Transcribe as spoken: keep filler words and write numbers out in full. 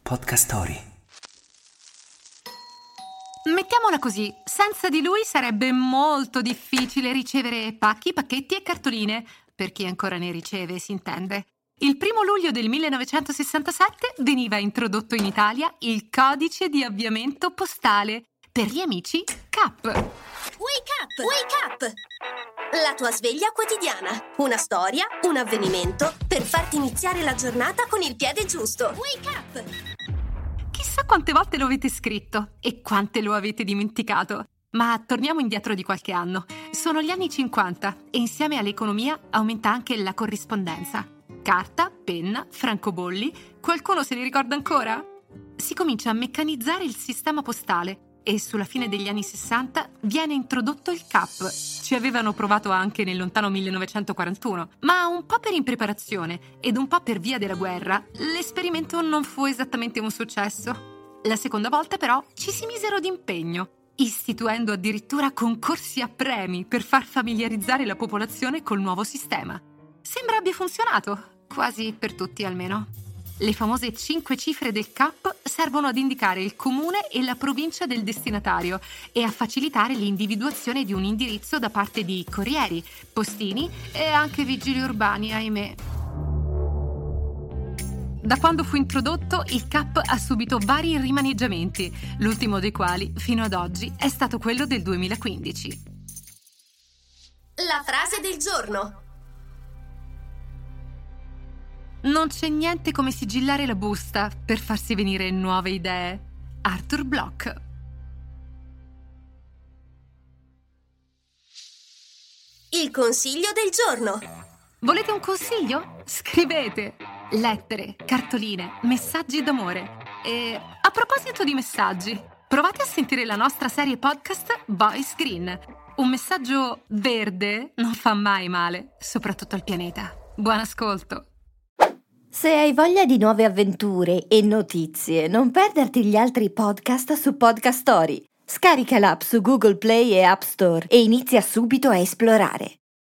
Podcast Story. Mettiamola così, senza di lui sarebbe molto difficile ricevere pacchi, pacchetti e cartoline, per chi ancora ne riceve, si intende. Il primo luglio del millenovecentosessantasette veniva introdotto in Italia il codice di avviamento postale, per gli amici C A P. Wake up! Wake up! La tua sveglia quotidiana. Una storia, un avvenimento per farti iniziare la giornata con il piede giusto. Wake up! Chissà quante volte lo avete scritto e quante lo avete dimenticato. Ma torniamo indietro di qualche anno. Sono gli anni cinquanta e insieme all'economia aumenta anche la corrispondenza. Carta, penna, francobolli, qualcuno se li ricorda ancora? Si comincia a meccanizzare il sistema postale e sulla fine degli anni sessanta viene introdotto il C A P. Ci avevano provato anche nel lontano millenovecentoquarantuno, ma un po' per impreparazione ed un po' per via della guerra, l'esperimento non fu esattamente un successo. La seconda volta però ci si misero d'impegno, istituendo addirittura concorsi a premi per far familiarizzare la popolazione col nuovo sistema. Sembra abbia funzionato, quasi per tutti almeno. Le famose cinque cifre del C A P servono ad indicare il comune e la provincia del destinatario e a facilitare l'individuazione di un indirizzo da parte di corrieri, postini e anche vigili urbani, ahimè. Da quando fu introdotto, il C A P ha subito vari rimaneggiamenti, l'ultimo dei quali, fino ad oggi, è stato quello del duemilaquindici. La frase del giorno. Non c'è niente come sigillare la busta per farsi venire nuove idee. Arthur Bloch. Il consiglio del giorno. Volete un consiglio? Scrivete lettere, cartoline, messaggi d'amore. E a proposito di messaggi, provate a sentire la nostra serie podcast Voice Green. Un messaggio verde non fa mai male, soprattutto al pianeta. Buon ascolto. Se hai voglia di nuove avventure e notizie, non perderti gli altri podcast su Podcast Story. Scarica l'app su Google Play e App Store e inizia subito a esplorare.